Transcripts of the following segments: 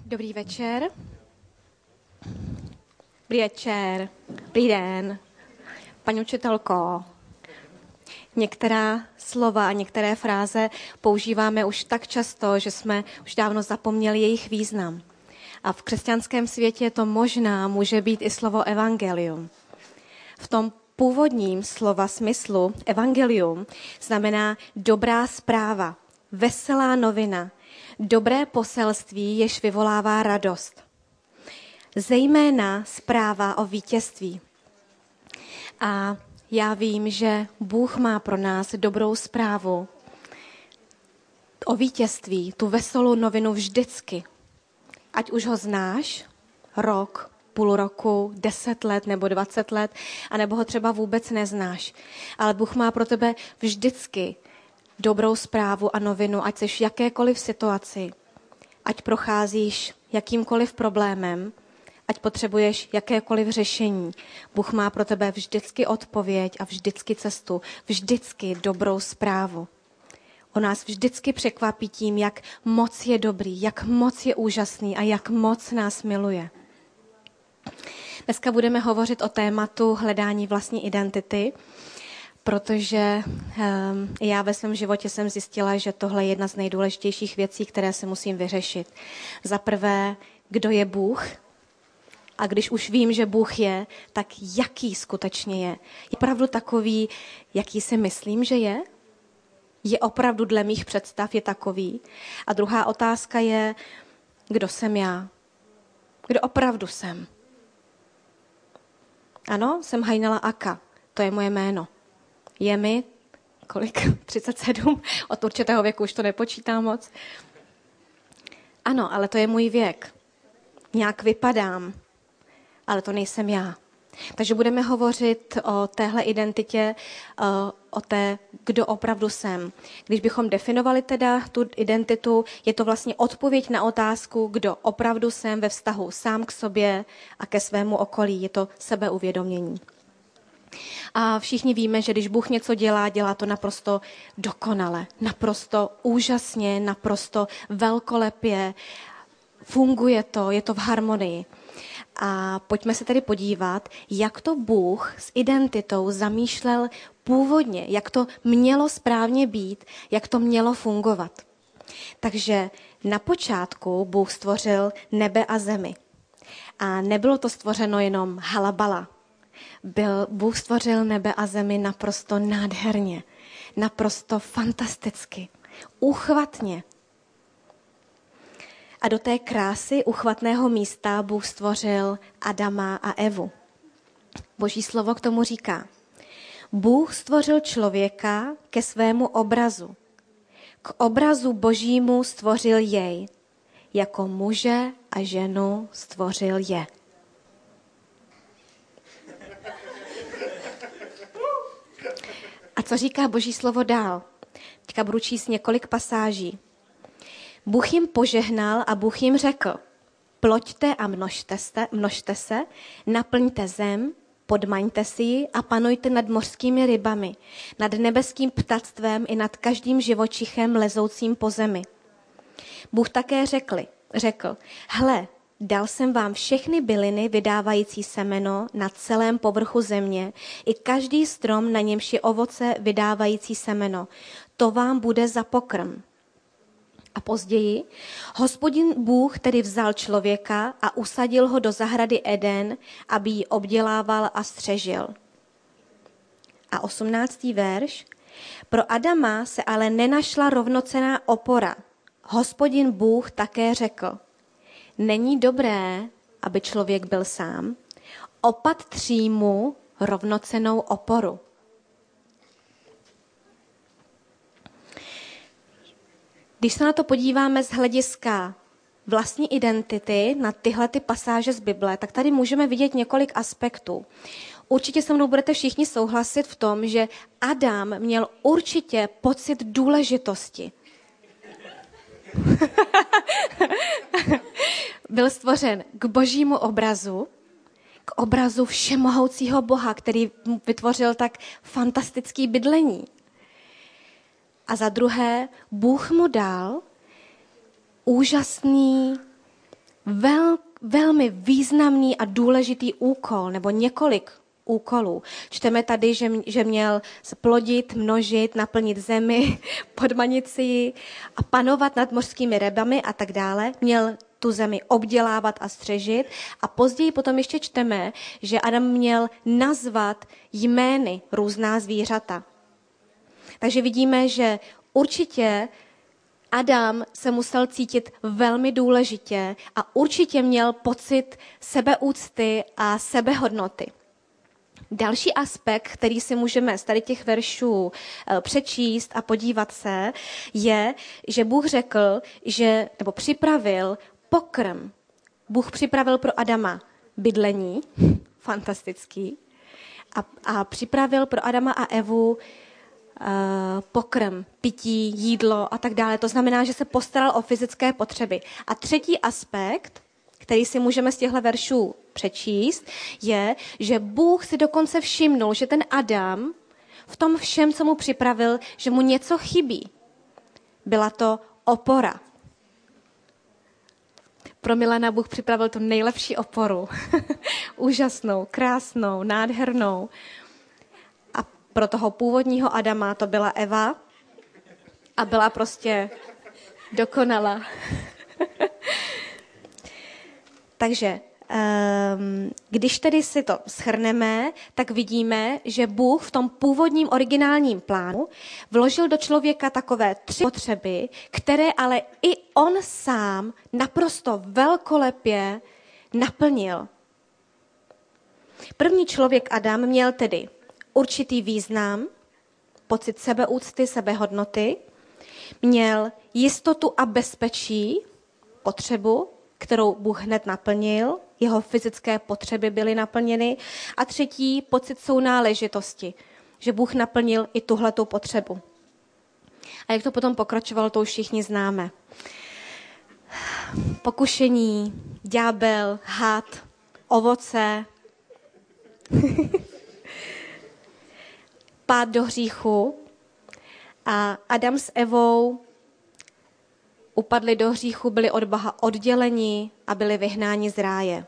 Dobrý večer. Dobrý večer. Dobrý den. Paní učitelko, některá slova a některé fráze používáme už tak často, že jsme už dávno zapomněli jejich význam. A v křesťanském světě to možná může být i slovo evangelium. V tom původním slova smyslu evangelium znamená dobrá zpráva, veselá novina, dobré poselství, jež vyvolává radost. Zejména zpráva o vítězství. A já vím, že Bůh má pro nás dobrou zprávu o vítězství, tu veselou novinu vždycky. Ať už ho znáš, rok, půl roku, 10 let nebo 20 let, anebo ho třeba vůbec neznáš. Ale Bůh má pro tebe vždycky dobrou zprávu a novinu, ať jsi v jakékoliv situaci, ať procházíš jakýmkoliv problémem, ať potřebuješ jakékoliv řešení. Bůh má pro tebe vždycky odpověď a vždycky cestu, vždycky dobrou zprávu. On nás vždycky překvapí tím, jak moc je dobrý, jak moc je úžasný a jak moc nás miluje. Dneska budeme hovořit o tématu hledání vlastní identity, protože já ve svém životě jsem zjistila, že tohle je jedna z nejdůležitějších věcí, které se musím vyřešit. Za prvé, kdo je Bůh? A když už vím, že Bůh je, tak jaký skutečně je? Je opravdu takový, jaký si myslím, že je? Je opravdu dle mých představ je takový? A druhá otázka je, kdo jsem já? Kdo opravdu jsem? Ano, jsem Hajnala Aka, to je moje jméno. Je mi, kolik? 37? Od určitého věku už to nepočítám moc. Ano, ale to je můj věk. Nějak vypadám, ale to nejsem já. Takže budeme hovořit o téhle identitě, o té, kdo opravdu jsem. Když bychom definovali teda tu identitu, je to vlastně odpověď na otázku, kdo opravdu jsem ve vztahu sám k sobě a ke svému okolí. Je to sebeuvědomění. A všichni víme, že když Bůh něco dělá, dělá to naprosto dokonale, naprosto úžasně, naprosto velkolepě. Funguje to, je to v harmonii. A pojďme se tedy podívat, jak to Bůh s identitou zamýšlel původně, jak to mělo správně být, jak to mělo fungovat. Takže na počátku Bůh stvořil nebe a zemi. A nebylo to stvořeno jenom halabala. Bůh stvořil nebe a zemi naprosto nádherně, naprosto fantasticky, úchvatně. A do té krásy uchvatného místa Bůh stvořil Adama a Evu. Boží slovo k tomu říká: Bůh stvořil člověka ke svému obrazu. K obrazu Božímu stvořil jej. Jako muže a ženu stvořil je. A co říká Boží slovo dál? Teďka budu číst několik pasáží. Bůh jim požehnal a Bůh jim řekl: ploďte a množte se, naplňte zem, podmaňte si ji a panujte nad mořskými rybami, nad nebeským ptactvem i nad každým živočichem lezoucím po zemi. Bůh také řekl, hle, dal jsem vám všechny byliny vydávající semeno na celém povrchu země i každý strom, na němž je ovoce vydávající semeno. To vám bude za pokrm. A později Hospodin Bůh tedy vzal člověka a usadil ho do zahrady Eden, aby ji obdělával a střežil. A 18. verš. Pro Adama se ale nenašla rovnocenná opora. Hospodin Bůh také řekl: není dobré, aby člověk byl sám. Opatří mu rovnocennou oporu. Když se na to podíváme z hlediska vlastní identity, na tyhle ty pasáže z Bible, tak tady můžeme vidět několik aspektů. Určitě se mnou budete všichni souhlasit v tom, že Adam měl určitě pocit důležitosti. Byl stvořen k Božímu obrazu, k obrazu všemohoucího Boha, který vytvořil tak fantastický bydlení. A za druhé, Bůh mu dal úžasný velmi významný a důležitý úkol, nebo několik úkolů. Čteme tady, že měl splodit, množit, naplnit zemi, podmanit si ji a panovat nad mořskými rybami a tak dále. Měl tu zemi obdělávat a střežit. A později potom ještě čteme, že Adam měl nazvat jmény různá zvířata. Takže vidíme, že určitě Adam se musel cítit velmi důležitě a určitě měl pocit sebeúcty a sebehodnoty. Další aspekt, který si můžeme z tady těch veršů přečíst a podívat se, je, že Bůh řekl, nebo připravil pokrm. Bůh připravil pro Adama bydlení, fantastický, a připravil pro Adama a Evu pokrm, pití, jídlo a tak dále. To znamená, že se postaral o fyzické potřeby. A třetí aspekt, který si můžeme z těchto veršů přečíst, je, že Bůh si dokonce všimnul, že ten Adam v tom všem, co mu připravil, že mu něco chybí. Byla to opora. Pro Milana Bůh připravil tu nejlepší oporu. Úžasnou, krásnou, nádhernou. A pro toho původního Adama to byla Eva a byla prostě dokonalá. Takže když tedy si to shrneme, tak vidíme, že Bůh v tom původním originálním plánu vložil do člověka takové 3 potřeby, které ale i on sám naprosto velkolepě naplnil. První člověk Adam měl tedy určitý význam, pocit sebeúcty, sebehodnoty, měl jistotu a bezpečí, potřebu, kterou Bůh hned naplnil, jeho fyzické potřeby byly naplněny. A třetí, pocit sounáležitosti, že Bůh naplnil i tuhletou potřebu. A jak to potom pokračovalo, to už všichni známe. Pokušení, ďábel, had, ovoce, pád do hříchu a Adam s Evou upadli do hříchu, byli od Boha odděleni a byli vyhnáni z ráje.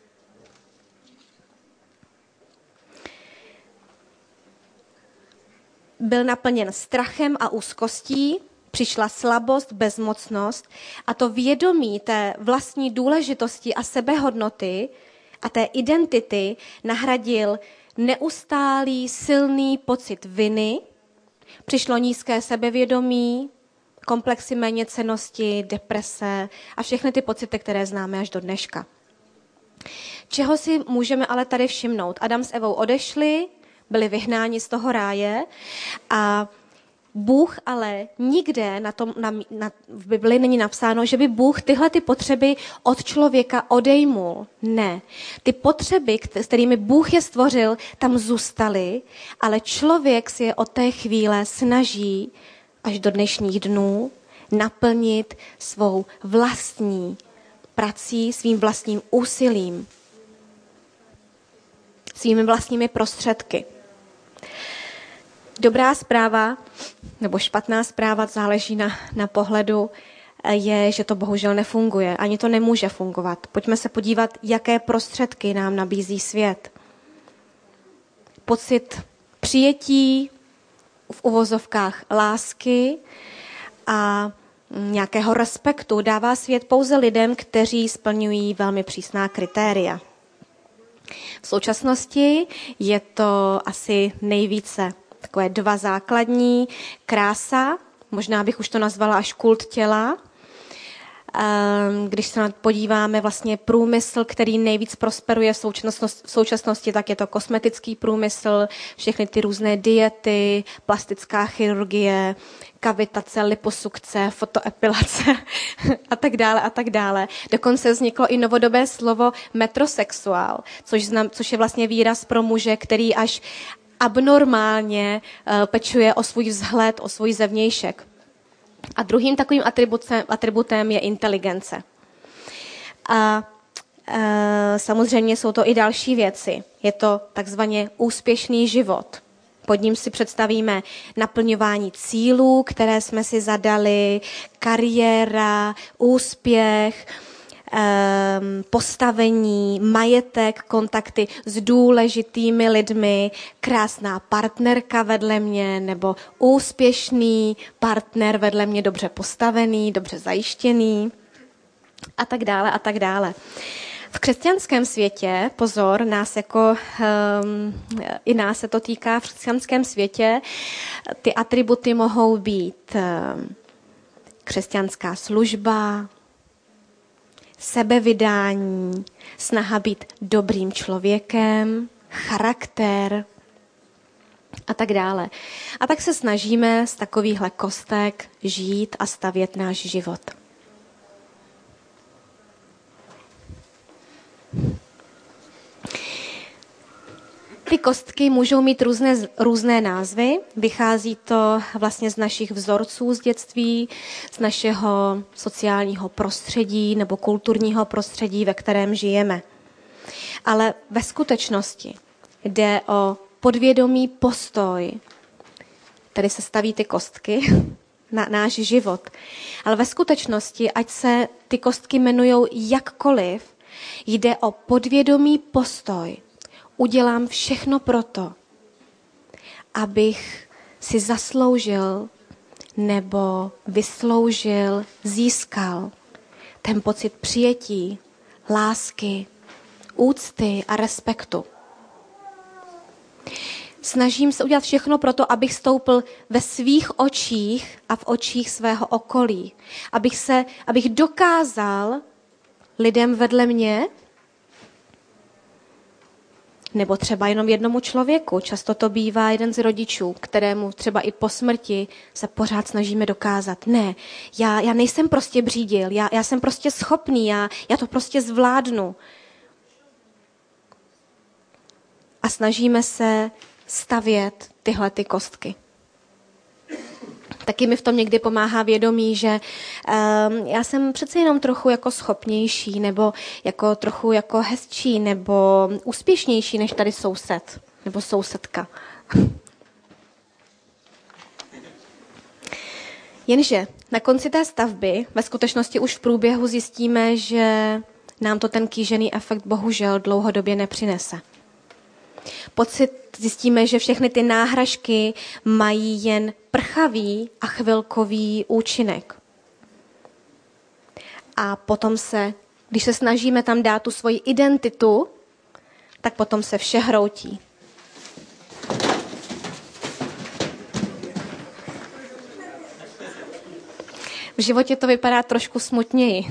Byl naplněn strachem a úzkostí, přišla slabost, bezmocnost a to vědomí té vlastní důležitosti a sebehodnoty a té identity nahradil neustálý, silný pocit viny, přišlo nízké sebevědomí, komplexy méněcennosti, deprese a všechny ty pocity, které známe až do dneška. Čeho si můžeme ale tady všimnout? Adam s Evou odešli, byli vyhnáni z toho ráje a Bůh ale nikde v Bibli není napsáno, že by Bůh tyhle ty potřeby od člověka odejmul. Ne. Ty potřeby, s kterými Bůh je stvořil, tam zůstaly, ale člověk si je od té chvíle snaží až do dnešních dnů naplnit svou vlastní prací, svým vlastním úsilím, svými vlastními prostředky. Dobrá zpráva, nebo špatná zpráva, záleží na pohledu, je, že to bohužel nefunguje. Ani to nemůže fungovat. Pojďme se podívat, jaké prostředky nám nabízí svět. Pocit přijetí, v uvozovkách lásky a nějakého respektu dává svět pouze lidem, kteří splňují velmi přísná kritéria. V současnosti je to asi nejvíce takové 2 základní: krása, možná bych už to nazvala až kult těla. Když se podíváme vlastně průmysl, který nejvíc prosperuje v současnosti, tak je to kosmetický průmysl, všechny ty různé diety, plastická chirurgie, kavitace, liposukce, fotoepilace a tak dále a tak dále. Dokonce vzniklo i novodobé slovo metrosexuál, což je vlastně výraz pro muže, který až abnormálně pečuje o svůj vzhled, o svůj zevnějšek. A druhým takovým atributem je inteligence. A samozřejmě jsou to i další věci. Je to takzvaně úspěšný život. Pod ním si představíme naplňování cílů, které jsme si zadali, kariéra, úspěch, postavení, majetek, kontakty s důležitými lidmi, krásná partnerka vedle mě nebo úspěšný partner vedle mě, dobře postavený, dobře zajištěný a tak dále a tak dále. V křesťanském světě, pozor, i nás se to týká, v křesťanském světě ty atributy mohou být křesťanská služba, sebevydání, snaha být dobrým člověkem, charakter a tak dále. A tak se snažíme z takovýchhle kostek žít a stavět náš život. Ty kostky můžou mít různé názvy. Vychází to vlastně z našich vzorců z dětství, z našeho sociálního prostředí nebo kulturního prostředí, ve kterém žijeme. Ale ve skutečnosti jde o podvědomý postoj. Tady se staví ty kostky na náš život. Ale ve skutečnosti, ať se ty kostky jmenujou jakkoliv, jde o podvědomý postoj. Udělám všechno proto, abych si zasloužil nebo vysloužil, získal ten pocit přijetí, lásky, úcty a respektu. Snažím se udělat všechno proto, abych stoupl ve svých očích a v očích svého okolí. Abych dokázal lidem vedle mě, nebo třeba jenom jednomu člověku. Často to bývá jeden z rodičů, kterému třeba i po smrti se pořád snažíme dokázat. Ne, já nejsem prostě břídil, já jsem prostě schopný, já to prostě zvládnu. A snažíme se stavět tyhle ty kostky. Taky mi v tom někdy pomáhá vědomí, že já jsem přece jenom trochu jako schopnější, nebo jako trochu jako hezčí, nebo úspěšnější než tady soused, nebo sousedka. Jenže na konci té stavby ve skutečnosti už v průběhu zjistíme, že nám to ten kýžený efekt bohužel dlouhodobě nepřinese. Zjistíme, že všechny ty náhražky mají jen prchavý a chvilkový účinek. A potom když se snažíme tam dát tu svoji identitu, tak potom se vše hroutí. V životě to vypadá trošku smutněji.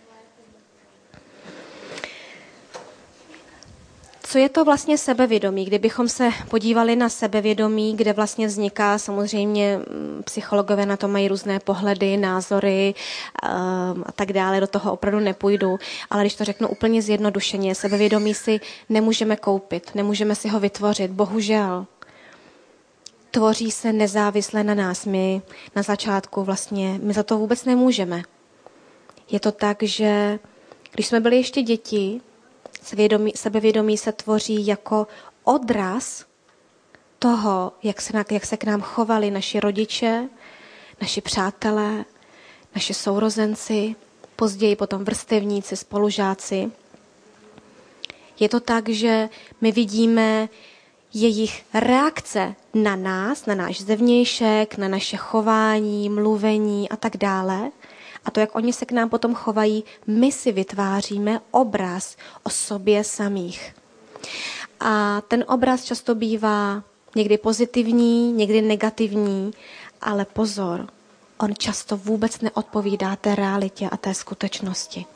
Co je to vlastně sebevědomí? Kdybychom se podívali na sebevědomí, kde vlastně vzniká, samozřejmě psychologové na to mají různé pohledy, názory a tak dále, do toho opravdu nepůjdu, ale když to řeknu úplně zjednodušeně, sebevědomí si nemůžeme koupit, nemůžeme si ho vytvořit, bohužel. Tvoří se nezávisle na nás. My na začátku vlastně, my za to vůbec nemůžeme. Je to tak, že když jsme byli ještě děti, sebevědomí se tvoří jako odraz toho, jak se k nám chovali naši rodiče, naši přátelé, naši sourozenci, později potom vrstevníci, spolužáci. Je to tak, že my vidíme jejich reakce na nás, na náš zevnějšek, na naše chování, mluvení a tak dále. A to, jak oni se k nám potom chovají, my si vytváříme obraz o sobě samých. A ten obraz často bývá někdy pozitivní, někdy negativní, ale pozor, on často vůbec neodpovídá té realitě a té skutečnosti.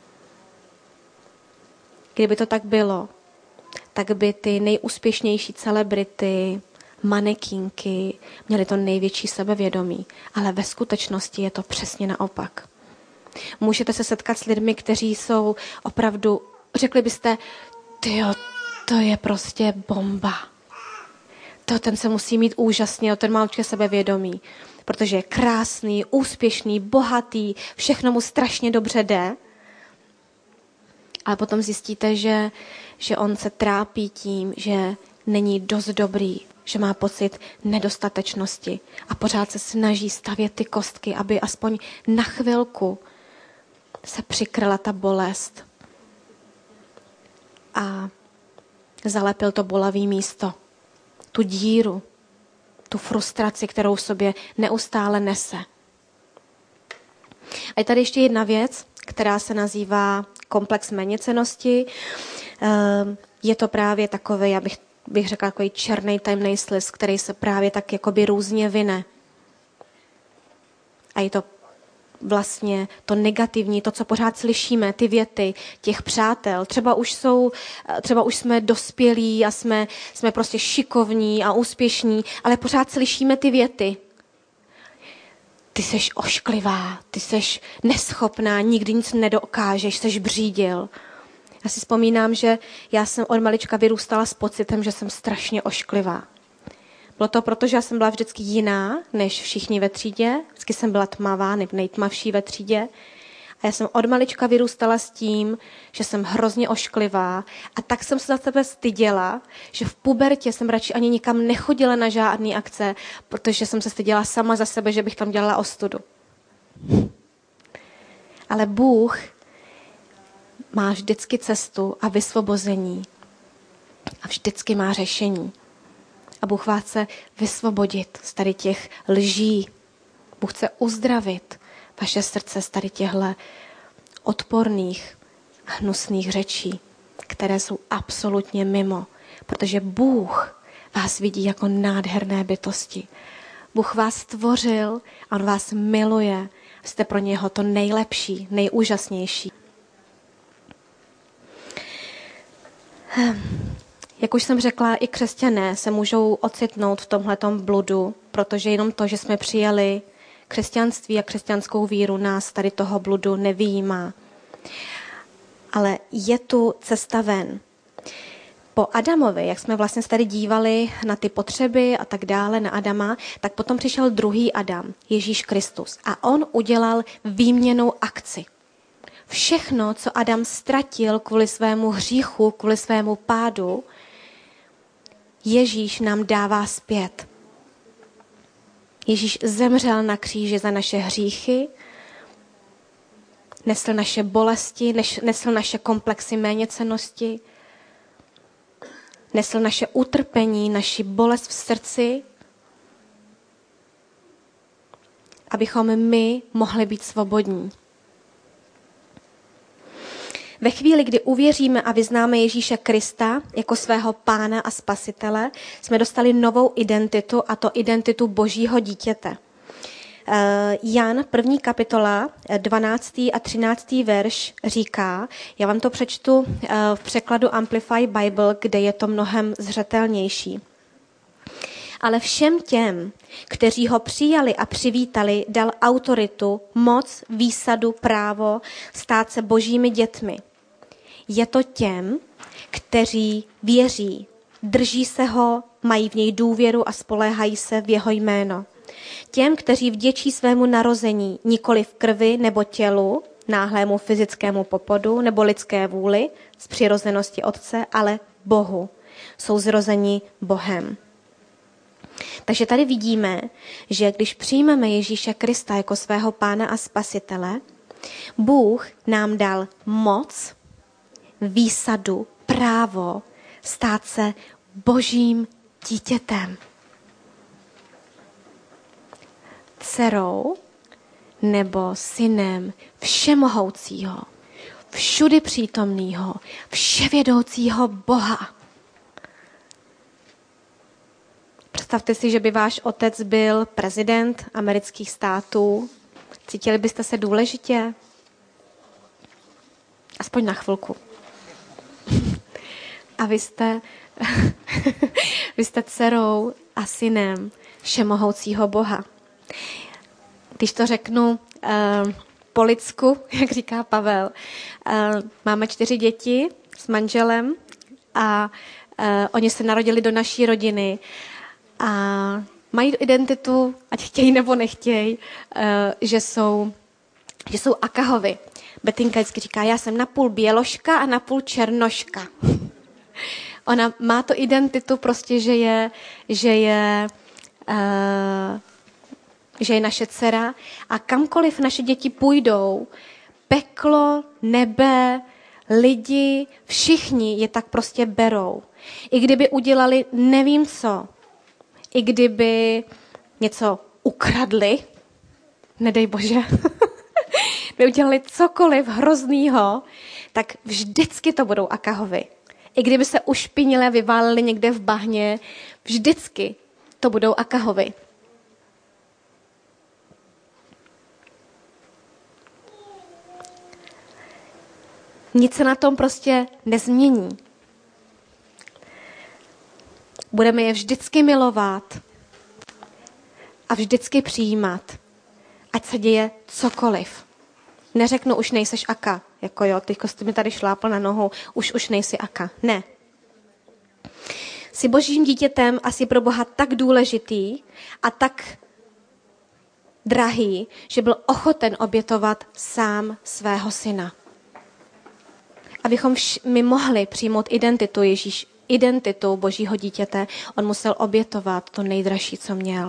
Kdyby to tak bylo, tak by ty nejúspěšnější celebrity, manekínky měly to největší sebevědomí, ale ve skutečnosti je to přesně naopak. Můžete se setkat s lidmi, kteří jsou opravdu, řekli byste, tyjo, to je prostě bomba. Ten se musí mít úžasně, ten má určitě sebevědomí, protože je krásný, úspěšný, bohatý, všechno mu strašně dobře jde. Ale potom zjistíte, že on se trápí tím, že není dost dobrý, že má pocit nedostatečnosti a pořád se snaží stavět ty kostky, aby aspoň na chvilku se přikryla ta bolest a zalepil to bolavé místo, tu díru, tu frustraci, kterou v sobě neustále nese. A je tady ještě jedna věc, která se nazývá komplex méněcennosti. Je to právě takový, já bych řekla, takový černý tajemný sliz, který se právě tak jakoby různě vyne. A je to vlastně to negativní, to, co pořád slyšíme, ty věty těch přátel. Třeba už jsme dospělí a jsme prostě šikovní a úspěšní, ale pořád slyšíme ty věty. Ty seš ošklivá, ty seš neschopná, nikdy nic nedokážeš, seš břídil. Já si vzpomínám, že já jsem od malička vyrůstala s pocitem, že jsem strašně ošklivá. Bylo to proto, že já jsem byla vždycky jiná než všichni ve třídě. Vždycky jsem byla tmavá, nejtmavší ve třídě. A já jsem od malička vyrůstala s tím, že jsem hrozně ošklivá. A tak jsem se za sebe styděla, že v pubertě jsem radši ani nikam nechodila na žádný akce, protože jsem se styděla sama za sebe, že bych tam dělala ostudu. Ale Bůh má vždycky cestu a vysvobození. A vždycky má řešení. A Bůh vás chce vysvobodit z tady těch lží. Bůh chce uzdravit vaše srdce z tady těchto odporných, hnusných řečí, které jsou absolutně mimo. Protože Bůh vás vidí jako nádherné bytosti. Bůh vás stvořil a on vás miluje. Jste pro něho to nejlepší, nejúžasnější. Jak už jsem řekla, i křesťané se můžou ocitnout v tomhletom bludu, protože jenom to, že jsme přijali křesťanství a křesťanskou víru, nás tady toho bludu nevyjímá. Ale je tu cesta ven. Po Adamovi, jak jsme vlastně tady dívali na ty potřeby a tak dále, na Adama, tak potom přišel druhý Adam, Ježíš Kristus. A on udělal výměnnou akci. Všechno, co Adam ztratil kvůli svému hříchu, kvůli svému pádu, Ježíš nám dává zpět. Ježíš zemřel na kříži za naše hříchy, nesl naše bolesti, nesl naše komplexy méněcennosti, nesl naše utrpení, naši bolest v srdci, abychom my mohli být svobodní. Ve chvíli, kdy uvěříme a vyznáme Ježíše Krista jako svého pána a spasitele, jsme dostali novou identitu, a to identitu Božího dítěte. Jan, 1. kapitola, 12. a 13. verš říká, já vám to přečtu v překladu Amplify Bible, kde je to mnohem zřetelnější. Ale všem těm, kteří ho přijali a přivítali, dal autoritu, moc, výsadu, právo stát se Božími dětmi. Je to těm, kteří věří, drží se ho, mají v něj důvěru a spoléhají se v jeho jméno. Těm, kteří vděčí svému narození nikoli v krvi nebo tělu, náhlému fyzickému popodu nebo lidské vůli z přirozenosti Otce, ale Bohu. Jsou zrozeni Bohem. Takže tady vidíme, že když přijmeme Ježíše Krista jako svého pána a spasitele, Bůh nám dal moc, výsadu, právo stát se Božím dítětem. Dcerou nebo synem všemohoucího, všudy přítomného, vševědoucího Boha. Představte si, že by váš otec byl prezident amerických států. Cítili byste se důležitě? Aspoň na chvilku. A vy jste dcerou a synem všemohoucího Boha. Když to řeknu po lidsku, jak říká Pavel, máme 4 děti s manželem a oni se narodili do naší rodiny a mají identitu, ať chtějí nebo nechtějí, že jsou Akahovi. Betinka vždycky říká, já jsem napůl běložka a napůl černoška. Ona má to identitu prostě, že je naše dcera a kamkoliv naše děti půjdou, peklo, nebe, lidi, všichni je tak prostě berou. I kdyby udělali nevím co, i kdyby něco ukradli, nedej bože, by udělali cokoliv hroznýho, tak vždycky to budou Akahovi. I kdyby se ušpinile vyválili někde v bahně, vždycky to budou Akahovi. Nic se na tom prostě nezmění. Budeme je vždycky milovat a vždycky přijímat, ať se děje cokoliv. Neřeknu, už nejseš Aka, jako jo, teďko jsi mi tady šlápl na nohu, už nejsi Aka. Ne. Jsi božím dítětem a jsi pro Boha tak důležitý a tak drahý, že byl ochoten obětovat sám svého syna. Abychom my mohli přijmout identitu božího dítěte, on musel obětovat to nejdražší, co měl.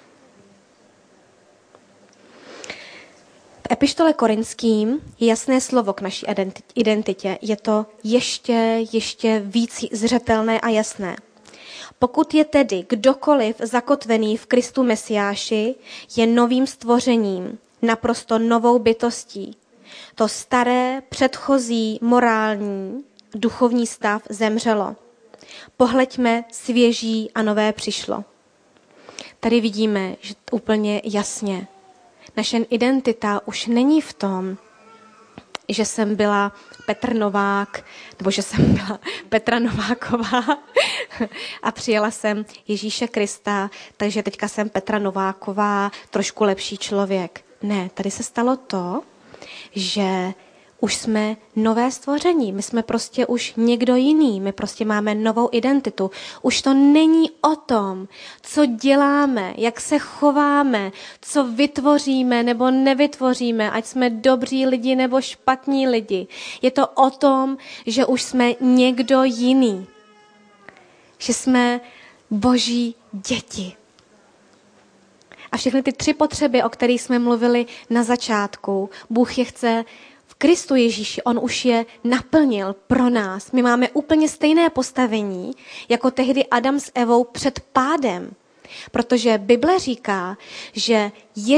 V epištole Korinským je jasné slovo k naší identitě. Je to ještě víc zřetelné a jasné. Pokud je tedy kdokoliv zakotvený v Kristu Mesiáši, je novým stvořením, naprosto novou bytostí. To staré, předchozí, morální, duchovní stav zemřelo. Pohleďme, svěží a nové přišlo. Tady vidíme, že úplně jasně. Naše identita už není v tom, že jsem byla Petr Novák, nebo že jsem byla Petra Nováková a přijala jsem Ježíše Krista, takže teďka jsem Petra Nováková, trošku lepší člověk. Ne, tady se stalo to, že už jsme nové stvoření, my jsme prostě už někdo jiný, my prostě máme novou identitu. Už to není o tom, co děláme, jak se chováme, co vytvoříme nebo nevytvoříme, ať jsme dobří lidi nebo špatní lidi. Je to o tom, že už jsme někdo jiný, že jsme boží děti. A všechny ty 3 potřeby, o kterých jsme mluvili na začátku, Bůh je chce v Kristu Ježíši, on už je naplnil pro nás. My máme úplně stejné postavení, jako tehdy Adam s Evou před pádem. Protože Bible říká, že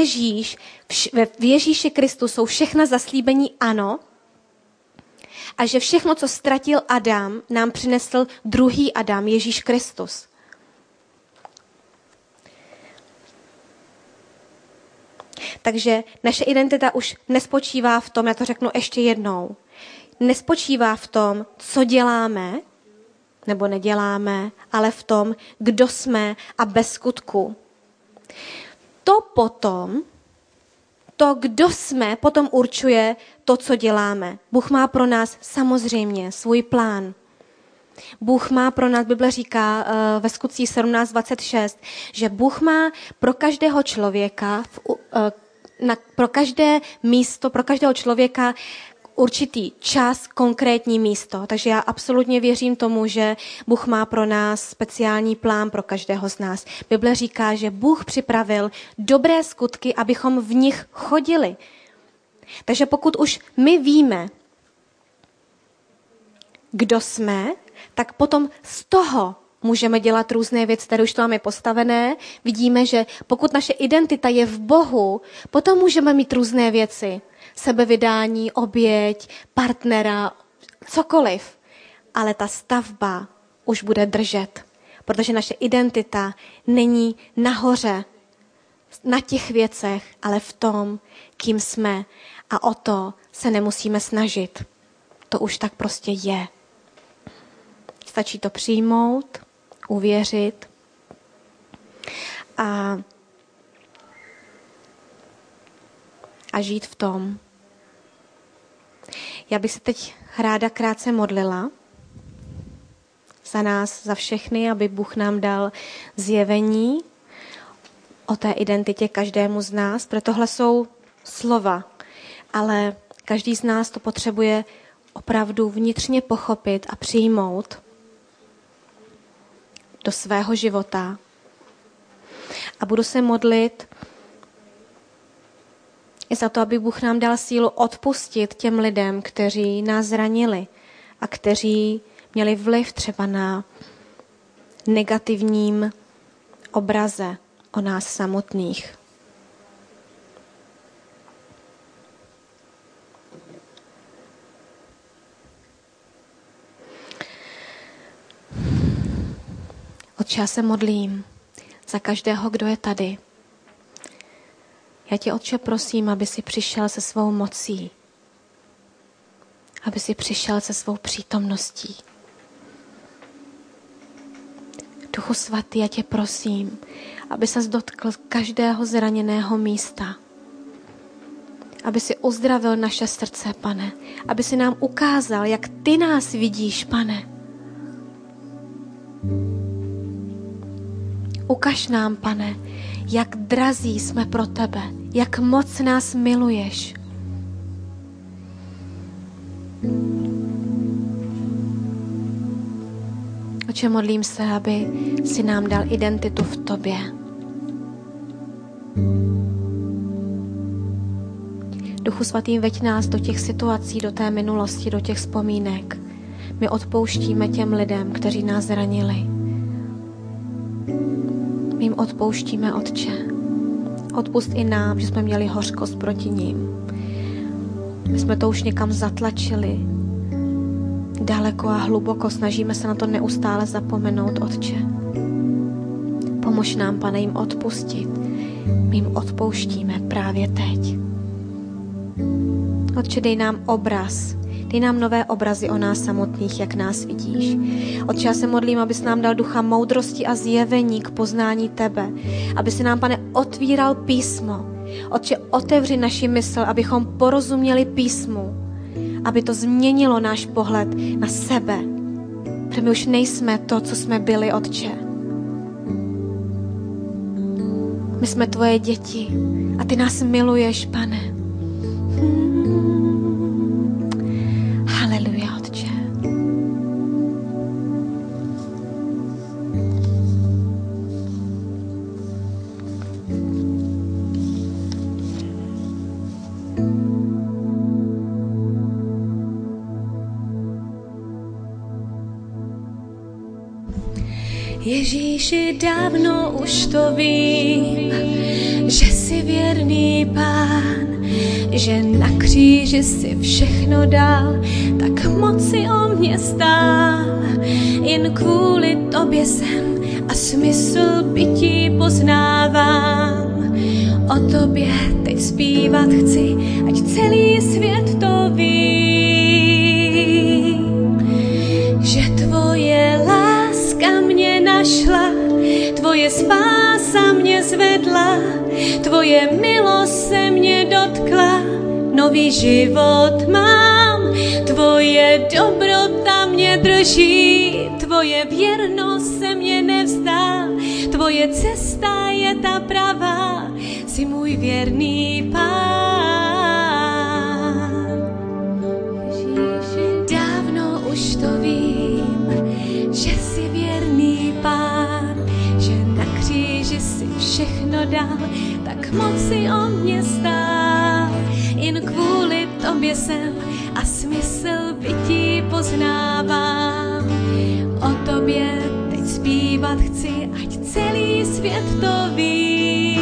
v Ježíši Kristu jsou všechna zaslíbení ano a že všechno, co ztratil Adam, nám přinesl druhý Adam, Ježíš Kristus. Takže naše identita už nespočívá v tom, já to řeknu ještě jednou, nespočívá v tom, co děláme nebo neděláme, ale v tom, kdo jsme a bez skutku. To, kdo jsme, potom určuje to, co děláme. Bůh má pro nás samozřejmě svůj plán. Bůh má pro nás, Bible říká ve Skutcích 17:26, že Bůh má pro každého člověka, pro každé místo, pro každého člověka určitý čas, konkrétní místo. Takže já absolutně věřím tomu, že Bůh má pro nás speciální plán pro každého z nás. Bible říká, že Bůh připravil dobré skutky, abychom v nich chodili. Takže pokud už my víme, kdo jsme, tak potom z toho můžeme dělat různé věci, tady už to máme postavené. Vidíme, že pokud naše identita je v Bohu, potom můžeme mít různé věci. Sebevydání, oběť, partnera, cokoliv. Ale ta stavba už bude držet, protože naše identita není nahoře, na těch věcech, ale v tom, kým jsme. A o to se nemusíme snažit. To už tak prostě je. Stačí to přijmout, uvěřit a žít v tom. Já bych se teď ráda krátce modlila za nás, za všechny, aby Bůh nám dal zjevení o té identitě každému z nás, protože tohle jsou slova, ale každý z nás to potřebuje opravdu vnitřně pochopit a přijmout do svého života. A budu se modlit, I za to, aby Bůh nám dal sílu odpustit těm lidem, kteří nás zranili a kteří měli vliv třeba na negativním obraze o nás samotných. Otče, já se modlím za každého, kdo je tady. Já tě, Otče, prosím, aby si přišel se svou mocí, aby si přišel se svou přítomností. Duchu svatý, já tě prosím, aby ses dotkl každého zraněného místa, aby si uzdravil naše srdce, Pane, aby si nám ukázal, jak ty nás vidíš, Pane. Ukaž nám, Pane, jak drazí jsme pro tebe, jak moc nás miluješ. Oče, modlím se, aby si nám dal identitu v tobě. Duchu svatý, veď nás do těch situací, do té minulosti, do těch vzpomínek. My odpouštíme těm lidem, kteří nás zranili. My jim odpouštíme, Otče. Odpust i nám, že jsme měli hořkost proti ním. My jsme to už někam zatlačili. Daleko a hluboko, snažíme se na to neustále zapomenout, Otče. Pomož nám, Pane, jim odpustit. My jim odpouštíme právě teď. Otče, dej nám obraz. Dej nám nové obrazy o nás samotných, jak nás vidíš. Otče, já se modlím, abys nám dal ducha moudrosti a zjevení k poznání tebe. Aby si nám, Pane, otvíral písmo. Otče, otevři naši mysl, abychom porozuměli písmu. Aby to změnilo náš pohled na sebe. Protože my už nejsme to, co jsme byli, Otče. My jsme tvoje děti a ty nás miluješ, Pane. Haleluja, Otče. Ježíši, dávno už to vím, že jsi věrný Pán, že na kříži si všechno dal, tak moc si o mě stál. Jen kvůli tobě jsem a smysl bytí poznávám. O tobě teď zpívat chci, ať celý svět to ví, že tvoje láska mě našla, tvoje spása mě zvedla, tvoje milost se mě dotkla, nový život mám, tvoje dobrota mě drží, tvoje věrnost se mě nevzdá, tvoje cesta je ta pravá, jsi můj věrný Pán. Dávno už to vím, že jsi věrný Pán, že na kříži si všechno dal, tak moc si o mě stál. Jen kvůli tobě jsem a smysl bytí poznávám. O tobě teď zpívat chci, ať celý svět to ví,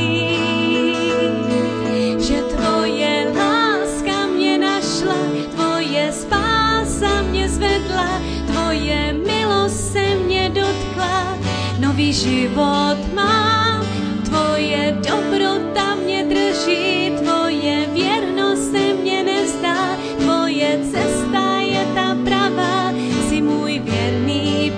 že tvoje láska mě našla, tvoje spása mě zvedla, tvoje milost se mě dotkla, nový život mám, tvoje dobrota mě drží, tvoje věrnost se mě nevzdá, tvoje cesta je ta pravá, jsi můj věrný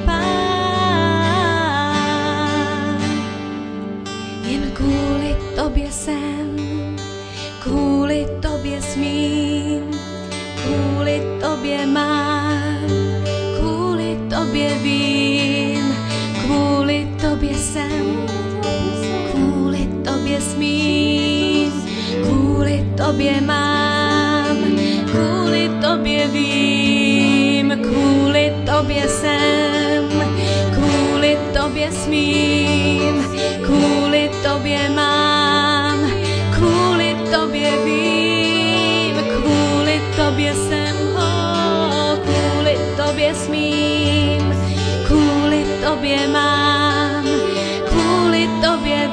Pán. Jen kvůli tobě jsem, kvůli tobě smím, kvůli tobě mám, kvůli tobě vím, kvůli tobě jsem, kvůli tobě smím, kvůli tobě mám, kvůli tobě vím, kvůli tobě jsem, kvůli tobě smím, kvůli tobě mám, kvůli tobě vím. tobě smím, kvůli tobě mám, kvůli tobě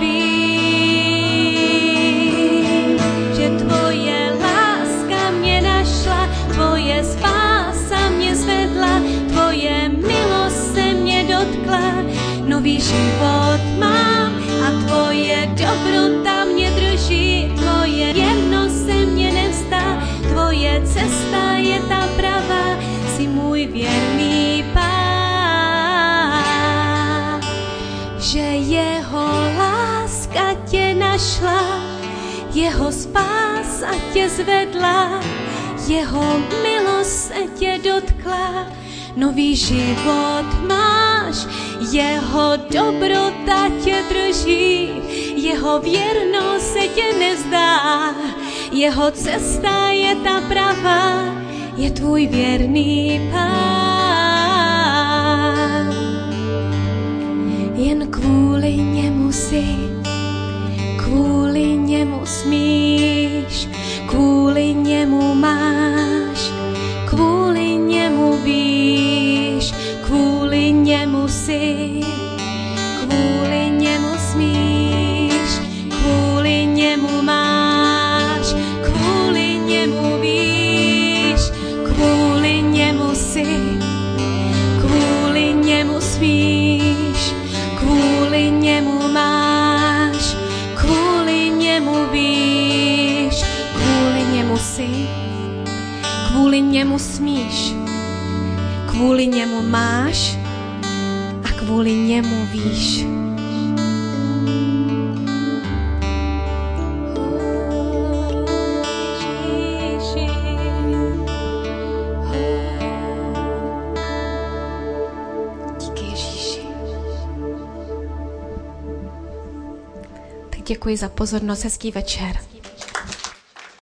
vím, že tvoje láska mě našla, tvoje spása mě zvedla, tvoje milost se mě dotkla, nový život mám a tvoje dobrota mě drží, tvoje věrnost se mě nevzdá, tvoje cesta je ta pravá, jsi můj věrný Pán. Že jeho láska tě našla, jeho spása tě zvedla, jeho milost se tě dotkla, nový život máš, jeho dobrota tě drží, jeho věrnost se tě nevzdá, jeho cesta je ta pravá, je tvůj věrný Pán. Jen kvůli němu si, kvůli němu smíš, kvůli němu máš, kvůli němu víš, kvůli němu si, kvůli němu smíš, kvůli němu máš, kvůli němu víš, kvůli němu si, kvůli němu smíš, kvůli němu máš, kvůli němu víš, kvůli němu si, kvůli němu smíš, kvůli němu máš a kvůli němu víš. Díky Ježíši. Tak děkuji za pozornost, hezký večer.